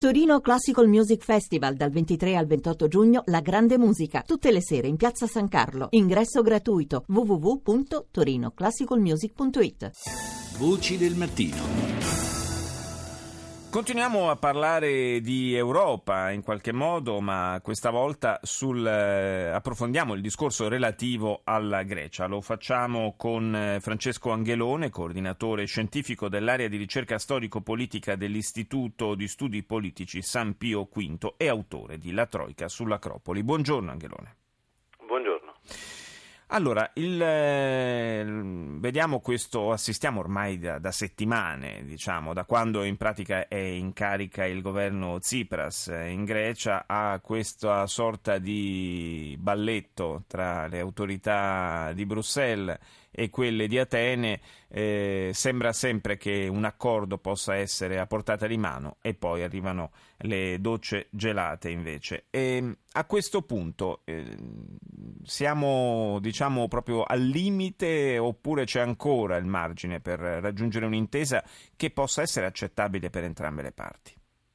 Torino Classical Music Festival dal 23 al 28 giugno, la grande musica, tutte le sere in Piazza San Carlo. Ingresso gratuito. www.torinoclassicalmusic.it. Voci del mattino. Continuiamo a parlare di Europa in qualche modo, ma questa volta approfondiamo il discorso relativo alla Grecia. Lo facciamo con Francesco Angelone, coordinatore scientifico dell'area di ricerca storico-politica dell'Istituto di Studi Politici San Pio V e autore di La Troika sull'Acropoli. Buongiorno Angelone. Buongiorno. Allora, vediamo questo, assistiamo ormai da settimane, diciamo, da quando in pratica è in carica il governo Tsipras in Grecia, a questa sorta di balletto tra le autorità di Bruxelles e quelle di Atene. Sembra sempre che un accordo possa essere a portata di mano e poi arrivano le docce gelate invece. E a questo punto siamo, diciamo, proprio al limite, oppure c'è ancora il margine per raggiungere un'intesa che possa essere accettabile per entrambe le parti?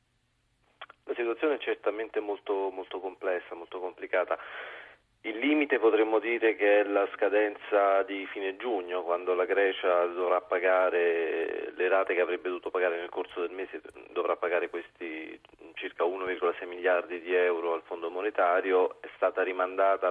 La situazione è certamente molto, molto complessa, molto complicata. Il limite potremmo dire che è la scadenza di fine giugno, quando la Grecia dovrà pagare le rate che avrebbe dovuto pagare nel corso del mese, dovrà pagare questi circa 1,6 miliardi di euro al Fondo Monetario. È stato rimandato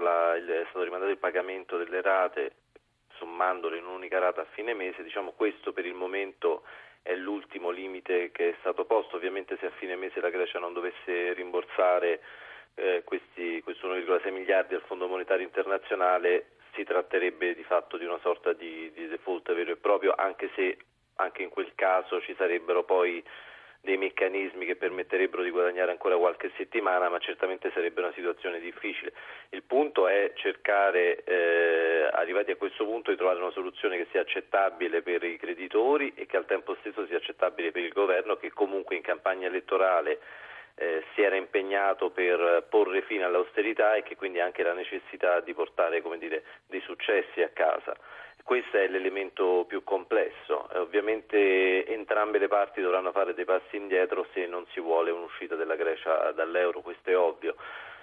il pagamento delle rate, sommandole in un'unica rata a fine mese. Diciamo, questo per il momento è l'ultimo limite che è stato posto. Ovviamente se a fine mese la Grecia non dovesse rimborsare questi 1,6 miliardi al Fondo Monetario Internazionale, si tratterebbe di fatto di una sorta di default vero e proprio, anche se anche in quel caso ci sarebbero poi dei meccanismi che permetterebbero di guadagnare ancora qualche settimana, ma certamente sarebbe una situazione difficile. Il punto è cercare, arrivati a questo punto, di trovare una soluzione che sia accettabile per i creditori e che al tempo stesso sia accettabile per il governo, che comunque in campagna elettorale si era impegnato per porre fine all'austerità e che quindi ha anche la necessità di portare, come dire, dei successi a casa. Questo è l'elemento più complesso. Ovviamente entrambe le parti dovranno fare dei passi indietro se non si vuole un'uscita della Grecia dall'euro, questo è ovvio.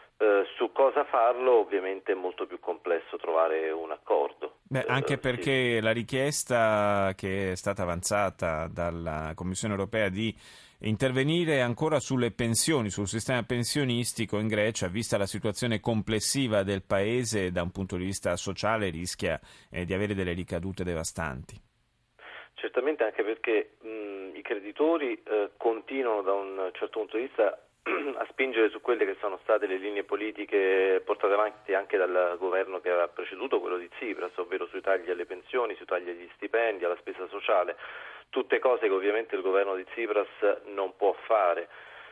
Su cosa farlo ovviamente è molto più complesso trovare un accordo. Anche perché sì. La richiesta che è stata avanzata dalla Commissione europea di intervenire ancora sulle pensioni, sul sistema pensionistico in Grecia, vista la situazione complessiva del paese da un punto di vista sociale, rischia di avere delle ricadute devastanti. Certamente, anche perché i creditori continuano da un certo punto di vista a spingere su quelle che sono state le linee politiche portate avanti anche dal governo che aveva preceduto, quello di Tsipras, ovvero sui tagli alle pensioni, sui tagli agli stipendi, alla spesa sociale, tutte cose che ovviamente il governo di Tsipras non può fare.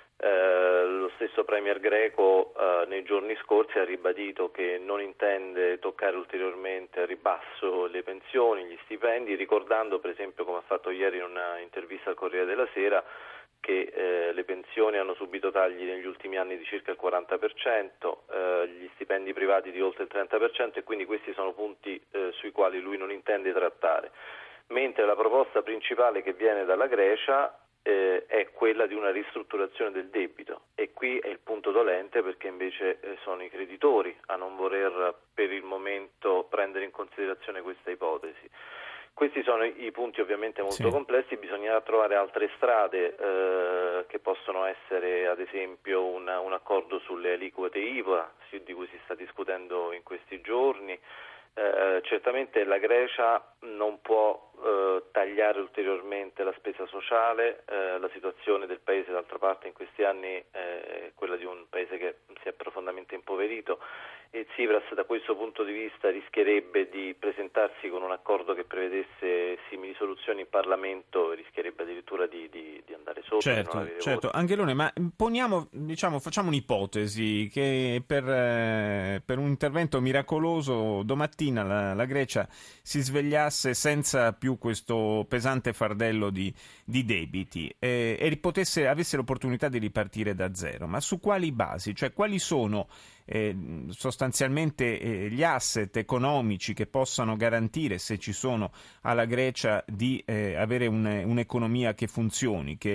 Lo stesso premier greco nei giorni scorsi ha ribadito che non intende toccare ulteriormente a ribasso le pensioni, gli stipendi, ricordando per esempio, come ha fatto ieri in una intervista al Corriere della Sera, che le pensioni hanno subito tagli negli ultimi anni di circa il 40%, gli stipendi privati di oltre il 30%, e quindi questi sono punti sui quali lui non intende trattare. Mentre la proposta principale che viene dalla Grecia è quella di una ristrutturazione del debito, e qui è il punto dolente, perché invece sono i creditori a non voler per il momento prendere in considerazione questa ipotesi. Questi sono i punti ovviamente molto complessi. Bisognerà trovare altre strade che possono essere, ad esempio, un accordo sulle aliquote IVA, di cui si sta discutendo in questi giorni. Certamente la Grecia non può tagliare ulteriormente la spesa sociale. La situazione del paese, d'altra parte, in questi anni è quella di un paese che si è profondamente impoverito, e Tsipras da questo punto di vista rischierebbe di presentarsi con un accordo che prevedesse simili soluzioni in Parlamento, rischierebbe addirittura di andare sotto. Certo. Angelone, ma facciamo un'ipotesi che per un intervento miracoloso domattina la Grecia si svegliasse senza più questo pesante fardello di debiti e avesse l'opportunità di ripartire da zero. Ma su quali basi? Cioè, quali sono sostanzialmente gli asset economici che possano garantire, se ci sono, alla Grecia di avere un'economia che funzioni, che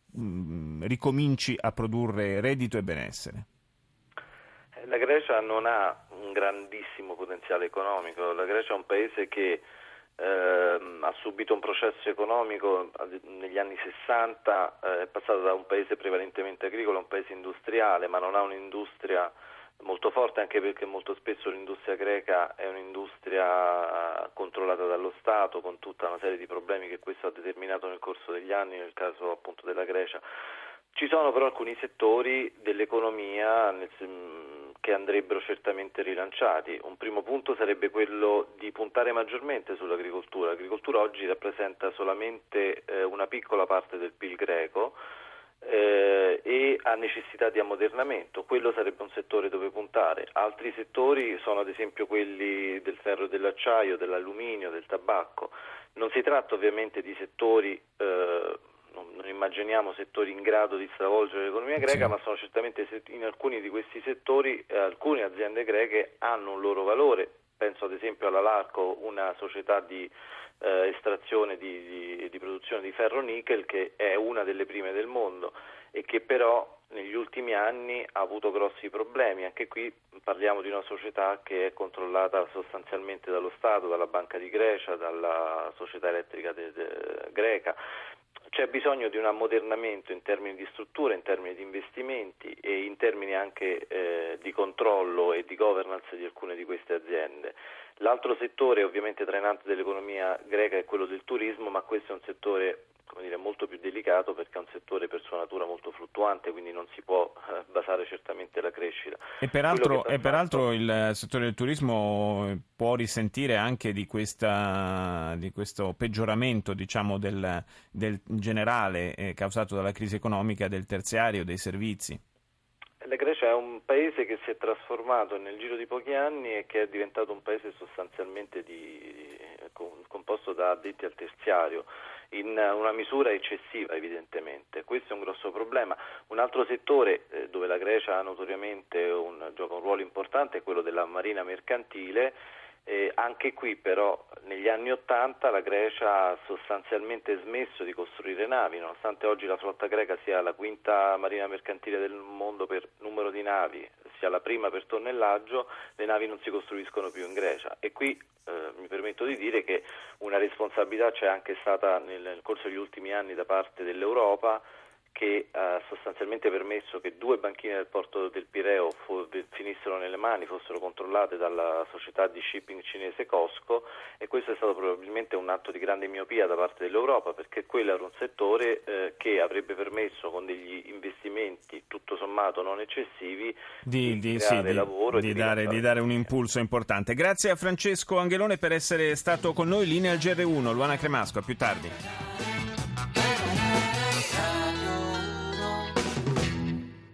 ricominci a produrre reddito e benessere? La Grecia non ha un grandissimo potenziale economico, la Grecia è un paese che ha subito un processo economico negli anni 60, è passato da un paese prevalentemente agricolo a un paese industriale, ma non ha un'industria molto forte, anche perché molto spesso l'industria greca è un'industria controllata dallo Stato, con tutta una serie di problemi che questo ha determinato nel corso degli anni, nel caso appunto della Grecia. Ci sono però alcuni settori dell'economia che andrebbero certamente rilanciati. Un primo punto sarebbe quello di puntare maggiormente sull'agricoltura. L'agricoltura oggi rappresenta solamente una piccola parte del PIL greco e ha necessità di ammodernamento. Quello sarebbe un settore dove puntare. Altri settori sono ad esempio quelli del ferro e dell'acciaio, dell'alluminio, del tabacco. Non si tratta ovviamente di settori non immaginiamo settori in grado di stravolgere l'economia greca, sì, ma sono certamente in alcuni di questi settori alcune aziende greche hanno un loro valore. Penso ad esempio alla Larco, una società di estrazione di produzione di ferro nickel, che è una delle prime del mondo e che però negli ultimi anni ha avuto grossi problemi. Anche qui parliamo di una società che è controllata sostanzialmente dallo Stato, dalla Banca di Grecia, dalla società elettrica greca. C'è bisogno di un ammodernamento in termini di struttura, in termini di investimenti e in termini anche di controllo e di governance di alcune di queste aziende. L'altro settore ovviamente trainante dell'economia greca è quello del turismo, ma questo è un settore molto più delicato perché è un settore per sua natura molto fluttuante, quindi non si può basare certamente la crescita. E peraltro il settore del turismo può risentire anche di questo peggioramento, diciamo, del generale causato dalla crisi economica del terziario, dei servizi. La Grecia è un paese che si è trasformato nel giro di pochi anni e che è diventato un paese sostanzialmente composto da addetti al terziario, in una misura eccessiva evidentemente. Questo è un grosso problema. Un altro settore dove la Grecia notoriamente gioca un ruolo importante è quello della marina mercantile. Anche qui però negli anni '80 la Grecia ha sostanzialmente smesso di costruire navi, nonostante oggi la flotta greca sia la quinta marina mercantile del mondo per numero di navi, sia la prima per tonnellaggio, le navi non si costruiscono più in Grecia. E qui mi permetto di dire che una responsabilità c'è anche stata nel corso degli ultimi anni da parte dell'Europa, che ha sostanzialmente permesso che 2 banchine del porto del Pireo finissero nelle mani, fossero controllate dalla società di shipping cinese COSCO, e questo è stato probabilmente un atto di grande miopia da parte dell'Europa, perché quello era un settore che avrebbe permesso, con degli investimenti tutto sommato non eccessivi, di creare lavoro e di dare un impulso importante. Grazie a Francesco Angelone per essere stato con noi. Linea al GR1, Luana Cremasco, a più tardi.